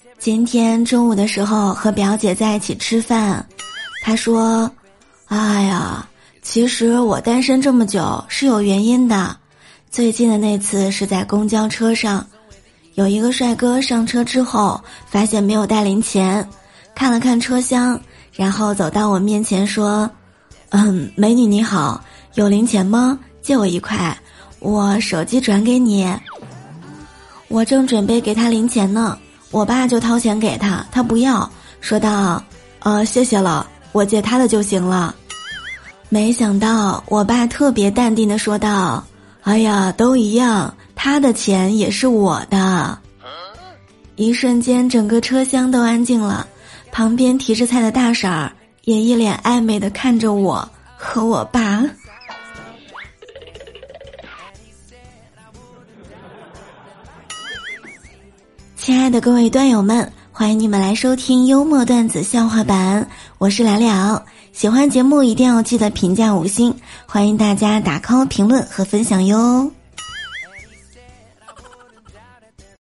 今天中午的时候和表姐在一起吃饭，她说：“哎呀，其实我单身这么久是有原因的。最近的那次是在公交车上，有一个帅哥上车之后发现没有带零钱，看了看车厢，然后走到我面前说：‘美女你好，有零钱吗？借我1块，我手机转给你。’我正准备给他零钱呢，我爸就掏钱给他，他不要，说道：‘谢谢了，我借他的就行了。’没想到我爸特别淡定地说道：‘哎呀，都一样，他的钱也是我的。’一瞬间整个车厢都安静了，旁边提着菜的大婶儿也一脸暧昧地看着我和我爸。亲爱的各位段友们，欢迎你们来收听幽默段子笑话版，我是聊聊。喜欢节目一定要记得评价5星，欢迎大家打 call 评论和分享哟。